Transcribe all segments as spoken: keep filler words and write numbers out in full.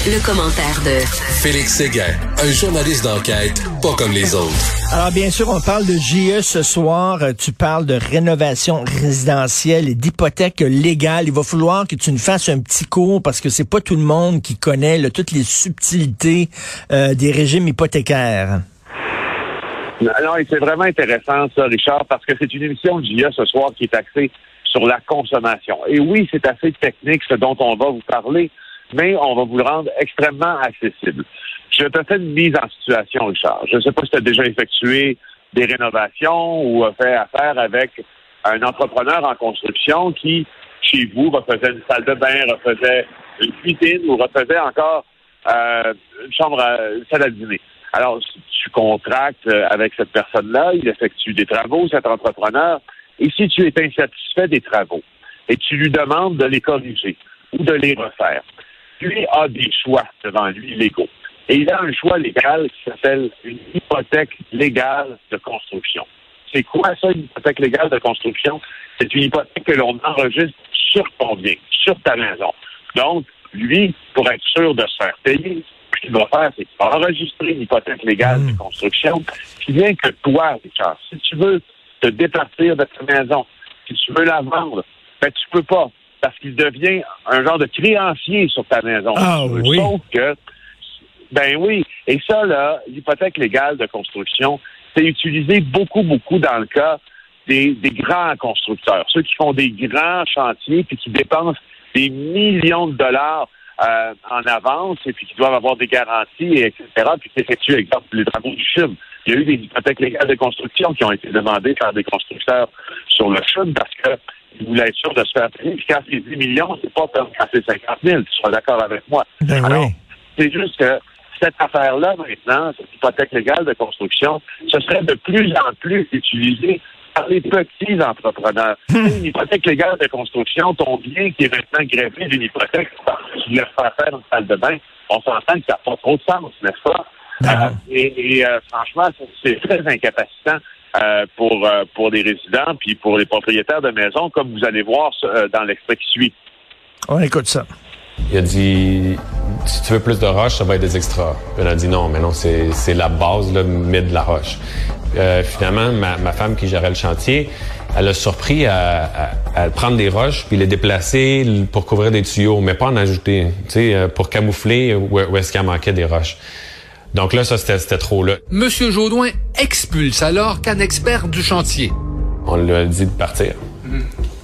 Le commentaire de Félix Séguin, un journaliste d'enquête pas comme les autres. Alors bien sûr, on parle de J E ce soir. Tu parles de rénovation résidentielle et d'hypothèque légale. Il va falloir que tu nous fasses un petit cours parce que c'est pas tout le monde qui connaît là, toutes les subtilités euh, des régimes hypothécaires. Non, et c'est vraiment intéressant ça, Richard, parce que c'est une émission de J E ce soir qui est axée sur la consommation. Et oui, c'est assez technique ce dont on va vous parler, mais on va vous le rendre extrêmement accessible. Je te fais une mise en situation, Richard. Je ne sais pas si tu as déjà effectué des rénovations ou fait affaire avec un entrepreneur en construction qui, chez vous, refaisait une salle de bain, refaisait une cuisine ou refaisait encore euh, une chambre, à, une salle à dîner. Alors, tu contractes avec cette personne-là, il effectue des travaux, cet entrepreneur, et si tu es insatisfait des travaux et tu lui demandes de les corriger ou de les refaire, lui a des choix devant lui légaux. Et il a un choix légal qui s'appelle une hypothèque légale de construction. C'est quoi ça, une hypothèque légale de construction? C'est une hypothèque que l'on enregistre sur ton bien, sur ta maison. Donc, lui, pour être sûr de se faire payer, ce qu'il va faire, c'est qu'il va enregistrer une hypothèque légale mmh. de construction qui vient que toi, Richard, si tu veux te départir de ta maison, si tu veux la vendre, ben tu peux pas, parce qu'il devient un genre de créancier sur ta maison. Ah oui. Sauf que, ben oui, et ça, là, l'hypothèque légale de construction, c'est utilisé beaucoup, beaucoup dans le cas des, des grands constructeurs, ceux qui font des grands chantiers puis qui dépensent des millions de dollars euh, en avance et puis qui doivent avoir des garanties, et etc., puis qui effectuent, exemple, les travaux du C H U M. Il y a eu des hypothèques légales de construction qui ont été demandées par des constructeurs sur le C H U M parce qu'ils voulaient être sûrs de se faire payer. Puis quand c'est dix millions, c'est pas comme quand c'est cinquante mille. Tu seras d'accord avec moi. Ben Alors, oui. c'est juste que cette affaire-là, maintenant, cette hypothèque légale de construction, ce serait de plus en plus utilisé par les petits entrepreneurs. Hum. Une hypothèque légale de construction, ton bien qui est maintenant greffé d'une hypothèque parce que tu voulais faire faire une salle de bain, on s'entend que ça n'a pas trop de sens, n'est-ce pas? Euh, et et euh, franchement, c'est très incapacitant euh, pour euh, pour les résidents puis pour les propriétaires de maisons, comme vous allez voir euh, dans l'extrait qui suit. On écoute ça. Il a dit, si tu veux plus de roche, ça va être des extras. Il a dit non, mais non, c'est, c'est la base, là, mais de la roche. Euh, finalement, ma, ma femme qui gérait le chantier, elle a surpris à, à, à prendre des roches puis les déplacer pour couvrir des tuyaux, mais pas en ajouter, tu sais, pour camoufler où, où est-ce qu'il en manquait des roches. Donc là, ça, c'était, c'était trop là. Monsieur Jaudoin expulse alors qu'un expert du chantier. On lui a dit de partir. Mmh.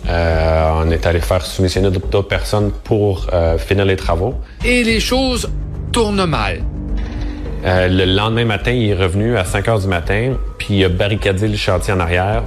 Euh, on est allé faire soumissionner d'autres personnes pour euh, finir les travaux. Et les choses tournent mal. Euh, le lendemain matin, il est revenu à cinq heures du matin, puis il a barricadé le chantier en arrière.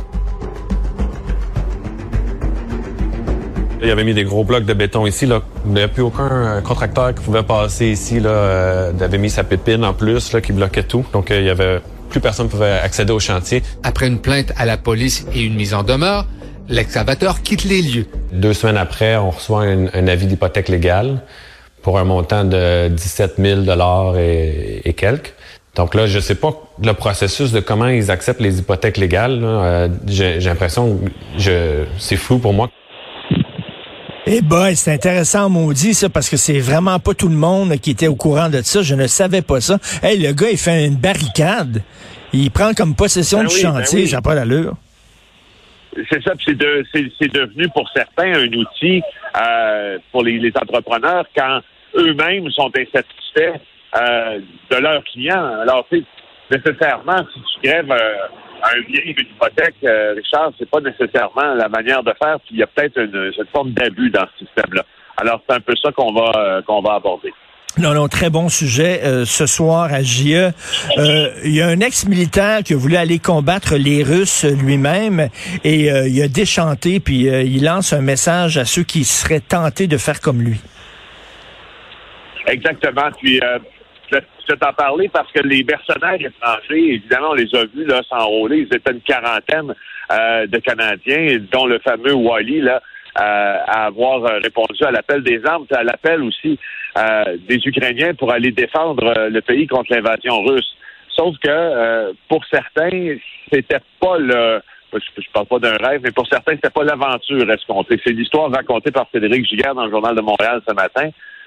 Il avait mis des gros blocs de béton ici. Là. Il n'y avait plus aucun contracteur qui pouvait passer ici. Là. Euh, il avait mis sa pépine en plus là, qui bloquait tout. Donc, euh, il y avait plus personne ne pouvait accéder au chantier. Après une plainte à la police et une mise en demeure, l'excavateur quitte les lieux. Deux semaines après, on reçoit un, un avis d'hypothèque légale pour un montant de dix-sept mille dollars et, et quelques. Donc là, je sais pas le processus de comment ils acceptent les hypothèques légales. Là. Euh, j'ai, j'ai l'impression que je, c'est flou pour moi. Eh ben, c'est intéressant, maudit, ça, parce que c'est vraiment pas tout le monde qui était au courant de ça. Je ne savais pas ça. Hey, le gars, il fait une barricade. Il prend comme possession ben du oui, chantier. Ben oui. Ça n'a pas d'allure. C'est ça, puis c'est, de, c'est, c'est devenu pour certains un outil euh, pour les, les entrepreneurs quand eux-mêmes sont insatisfaits euh, de leurs clients. Alors, tu sais, nécessairement, si tu grèves euh, un bien, une hypothèque, euh, Richard, c'est pas nécessairement la manière de faire, puis il y a peut-être une, une forme d'abus dans ce système-là. Alors, c'est un peu ça qu'on va euh, qu'on va aborder. Non, non, très bon sujet. Euh, ce soir à J E, euh, il y a un ex-militaire qui a voulu aller combattre les Russes lui-même et euh, il a déchanté, puis euh, il lance un message à ceux qui seraient tentés de faire comme lui. Exactement. Puis, euh, je vais t'en parler parce que les mercenaires étrangers, évidemment, on les a vus là s'enrôler. Ils étaient une quarantaine euh, de Canadiens, dont le fameux Wally, là, Euh, à avoir répondu à l'appel des armes, à l'appel aussi euh, des Ukrainiens pour aller défendre euh, le pays contre l'invasion russe. Sauf que euh, pour certains, c'était pas le... Je, je parle pas d'un rêve, mais pour certains, c'était pas l'aventure escomptée. C'est l'histoire racontée par Frédéric Giguère dans le Journal de Montréal ce matin.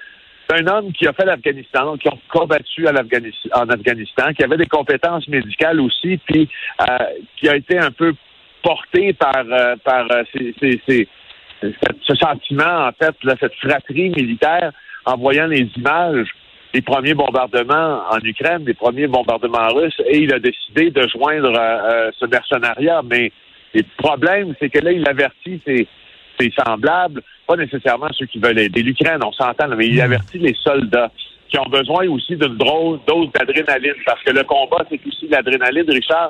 C'est un homme qui a fait l'Afghanistan, donc qui a combattu à l'Afghanistan, en Afghanistan, qui avait des compétences médicales aussi, puis euh, qui a été un peu porté par, euh, par euh, ces, ces, ces, ce sentiment, en fait, là, cette fratrie militaire, en voyant les images des premiers bombardements en Ukraine, des premiers bombardements russes, et il a décidé de joindre euh, ce mercenariat. Mais le problème, c'est que là, il avertit ses, ses semblables, pas nécessairement ceux qui veulent aider l'Ukraine, on s'entend, mais il avertit les soldats qui ont besoin aussi d'une dose d'adrénaline, parce que le combat, c'est aussi de l'adrénaline, Richard,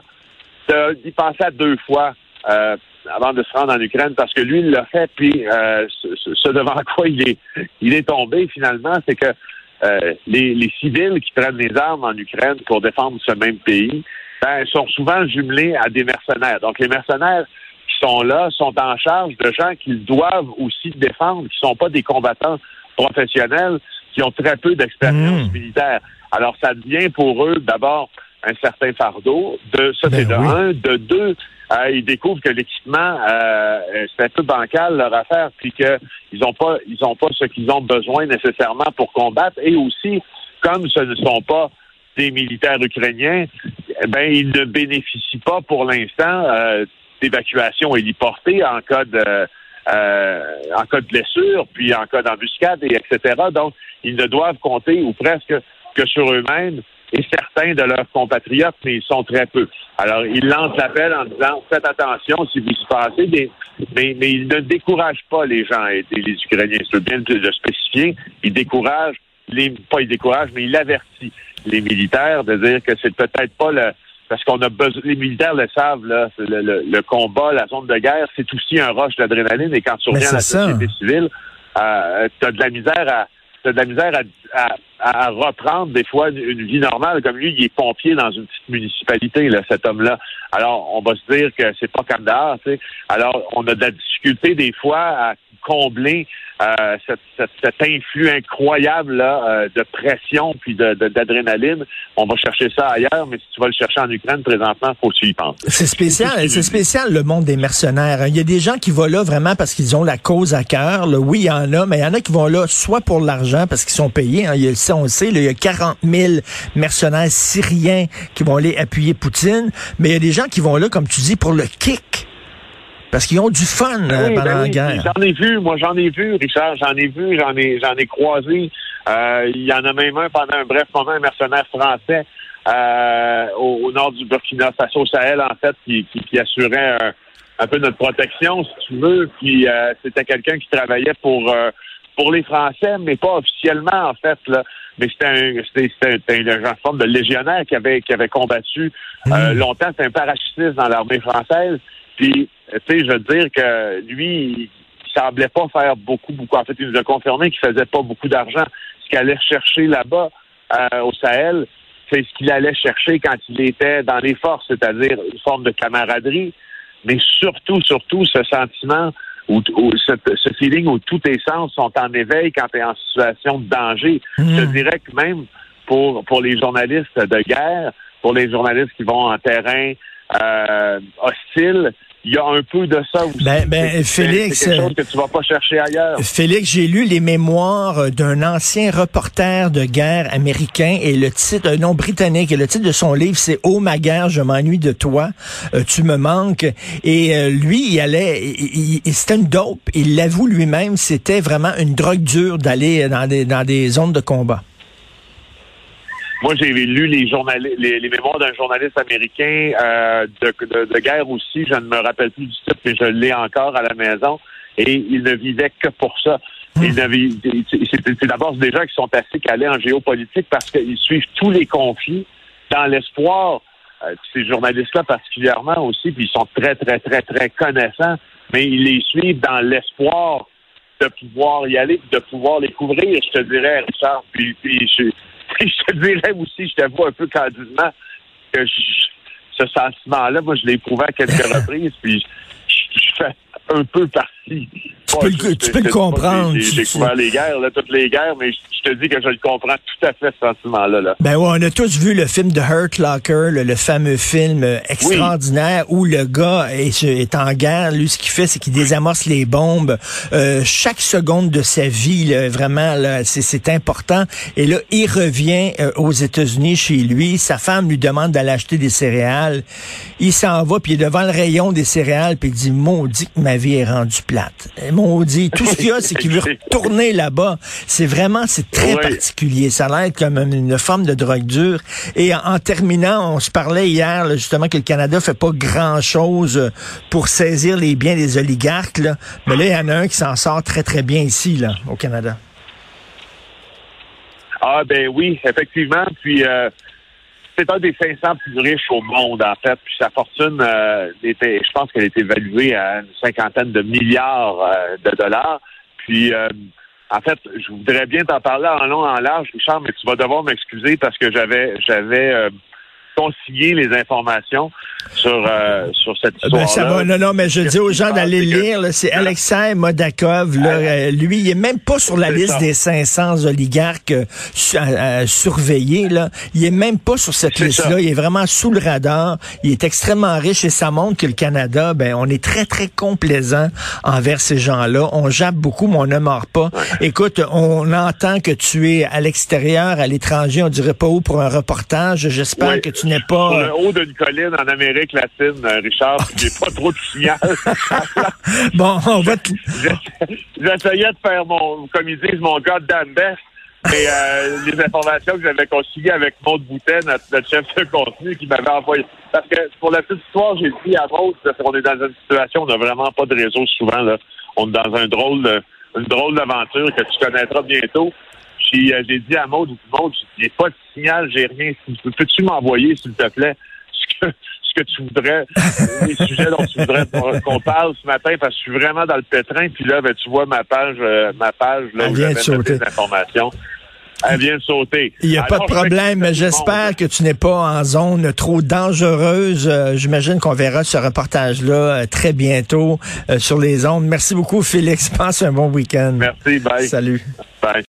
d'y penser à deux fois euh, avant de se rendre en Ukraine, parce que lui, il l'a fait, puis euh, ce, ce devant quoi il est, il est tombé finalement, c'est que euh, les, les civils qui prennent les armes en Ukraine pour défendre ce même pays, ben, sont souvent jumelés à des mercenaires. Donc les mercenaires qui sont là sont en charge de gens qu'ils doivent aussi défendre, qui sont pas des combattants professionnels, qui ont très peu d'expérience mmh. militaire. Alors ça devient pour eux d'abord un certain fardeau. De ça, ben c'est de oui. un. De deux, euh, ils découvrent que l'équipement, euh, c'est un peu bancal leur affaire, puis qu'ils n'ont pas, ils ont pas ce qu'ils ont besoin nécessairement pour combattre. Et aussi, comme ce ne sont pas des militaires ukrainiens, eh ben ils ne bénéficient pas pour l'instant euh, d'évacuation héliportée en cas de euh, en cas de blessure, puis en cas d'embuscade, et etc. Donc, ils ne doivent compter, ou presque, que sur eux-mêmes et certains de leurs compatriotes, mais ils sont très peu. Alors, ils lancent l'appel en disant « Faites attention si vous y passez », mais, mais, mais ils ne découragent pas les gens à aider les Ukrainiens. Je veux bien le spécifier. Ils découragent, les, pas ils découragent, mais ils avertissent les militaires de dire que c'est peut-être pas le... Parce qu'on a besoin, les militaires le savent, là, le, le, le combat, la zone de guerre, c'est aussi un rush d'adrénaline, et quand tu reviens à la ça. société civile, euh, t'as de la misère à t'as de la misère à, à, à reprendre des fois une, une vie normale. Comme lui, il est pompier dans une petite municipalité, là, cet homme-là. Alors, on va se dire que c'est pas comme dehors, tu sais. Alors, on a de la difficulté des fois à combler euh, cette, cette, cet influx incroyable là, euh, de pression puis de, de, d'adrénaline. On va chercher ça ailleurs, mais si tu vas le chercher en Ukraine présentement, faut que tu y penses. C'est spécial, c'est spécial le monde des mercenaires. Il y a des gens qui vont là vraiment parce qu'ils ont la cause à cœur. Là. Oui, il y en a, mais il y en a qui vont là soit pour l'argent parce qu'ils sont payés. Hein. Il y a, on le sait, là, il y a quarante mille mercenaires syriens qui vont aller appuyer Poutine, mais il y a des gens qui vont là, comme tu dis, pour le kick. Parce qu'ils ont du fun ben oui, pendant ben la oui, guerre. J'en ai vu, moi j'en ai vu, Richard, j'en ai vu, j'en ai j'en ai croisé. Euh, il y en a même un pendant un bref moment, un mercenaire français euh, au, au nord du Burkina Faso, au Sahel, en fait, qui, qui, qui assurait un, un peu notre protection, si tu veux. Puis euh, c'était quelqu'un qui travaillait pour euh, pour les Français, mais pas officiellement, en fait, là. Mais c'était un c'était, c'était une, une forme de légionnaire qui avait qui avait combattu euh, mmh. longtemps. C'était un parachutiste dans l'armée française. Puis, tu sais, je veux dire que lui, il semblait pas faire beaucoup, beaucoup. En fait, il nous a confirmé qu'il faisait pas beaucoup d'argent. Ce qu'il allait chercher là-bas, euh, au Sahel, c'est ce qu'il allait chercher quand il était dans les forces, c'est-à-dire une forme de camaraderie, mais surtout, surtout, ce sentiment, où, où ce, ce feeling où tous tes sens sont en éveil quand tu es en situation de danger. Mmh. Je dirais que même pour, pour les journalistes de guerre, pour les journalistes qui vont en terrain euh, hostile, il y a un peu de ça aussi. Ben, ben, c'est, Félix, c'est quelque chose que tu vas pas chercher ailleurs. Félix, j'ai lu les mémoires d'un ancien reporter de guerre américain et le titre, non britannique, et le titre de son livre, c'est « Oh ma guerre, je m'ennuie de toi, euh, tu me manques ». Et euh, lui, il allait, il, il, c'était une dope. Il l'avoue lui-même, c'était vraiment une drogue dure d'aller dans des, dans des zones de combat. Moi, j'ai lu les, journali- les, les mémoires d'un journaliste américain euh, de, de, de guerre aussi. Je ne me rappelle plus du titre, mais je l'ai encore à la maison. Et il ne vivait que pour ça. Il ne vit, c'est, c'est d'abord des gens qui sont assez calés en géopolitique parce qu'ils suivent tous les conflits dans l'espoir, euh, ces journalistes-là particulièrement aussi, puis ils sont très, très, très, très connaissants, mais ils les suivent dans l'espoir de pouvoir y aller, de pouvoir les couvrir, je te dirais, Richard. Puis, puis je... Puis je te dirais aussi, je t'avoue un peu candidement, que je, ce sentiment-là, moi, je l'ai éprouvé à quelques reprises, puis je, je fais un peu partie si. Tu Moi, peux je- le, je- tu peux je- le je- comprendre. J'ai Tu- j'ai tu- découvert les guerres, là, toutes les guerres, mais je, je te dis que je le comprends tout à fait, ce sentiment-là. Là. Ben ouais, on a tous vu le film de Hurt Locker, le, le fameux film euh, extraordinaire où le gars est, est en guerre. Lui, ce qu'il fait, c'est qu'il désamorce les bombes. Euh, chaque seconde de sa vie, là, vraiment, là, c'est, c'est important. Et là, il revient euh, aux États-Unis chez lui. Sa femme lui demande d'aller acheter des céréales. Il s'en va, puis il est devant le rayon des céréales, puis il dit, maudit que ma vie est rendue plate. Et maudit. Tout ce qu'il y a, c'est qu'il veut retourner là-bas. C'est vraiment, c'est très Oui. particulier. Ça a l'air comme une forme de drogue dure. Et en, en terminant, on se parlait hier, là, justement, que le Canada fait pas grand-chose pour saisir les biens des oligarques, là. Mais là, il y en a un qui s'en sort très, très bien ici, là, au Canada. Ah ben oui, effectivement. Puis euh, c'est un des cinq cents plus riches au monde, en fait. Puis sa fortune euh, était, je pense qu'elle est évaluée à une cinquantaine de milliards euh, de dollars. Puis euh, en fait, je voudrais bien t'en parler en long, en large, Richard, mais tu vas devoir m'excuser parce que j'avais j'avais euh, consigné les informations sur euh, sur cette histoire-là. Ben, ça va, non, non, mais je dis aux gens d'aller lire, là, c'est Alexei Modakov, là, euh, lui, il est même pas sur la C'est liste ça. des cinq cents oligarques euh, su- à- à surveiller, là. Il est même pas sur cette C'est liste-là, ça. il est vraiment sous le radar, il est extrêmement riche et ça montre que le Canada, ben, on est très, très complaisant envers ces gens-là. On jappe beaucoup, mais on ne mord pas. Écoute, on entend que tu es à l'extérieur, à l'étranger, on dirait pas où pour un reportage. J'espère Oui. que tu n'es Sur pas... le haut d'une colline en Amérique latine, euh, Richard, puis j'ai pas trop de signal. Bon, on va... te- J'essayais de faire mon, comme ils disent, mon goddamn best. Et euh, les informations que j'avais consignées avec Maude Boutet, notre, notre chef de contenu, qui m'avait envoyé. Parce que pour la petite histoire, j'ai dit à Maude qu'on est dans une situation où on n'a vraiment pas de réseau souvent. Là. On est dans un drôle de, une drôle d'aventure que tu connaîtras bientôt. Puis euh, j'ai dit à Maude, Maude, j'ai pas de signal, j'ai rien. Peux-tu m'envoyer, s'il te plaît, ce que, ce que tu voudrais, les sujets dont tu voudrais qu'on parle ce matin, parce que je suis vraiment dans le pétrin. Puis là, ben, tu vois ma page, euh, ma page là, Elle où vient de j'avais noté sauter. des informations. Elle vient de sauter. Il n'y a Alors, pas de je problème, mais m'excuse à tout le j'espère monde. que tu n'es pas en zone trop dangereuse. Euh, j'imagine qu'on verra ce reportage-là euh, très bientôt euh, sur les ondes. Merci beaucoup, Félix. Passe un bon week-end. Merci, bye. Salut. Bye.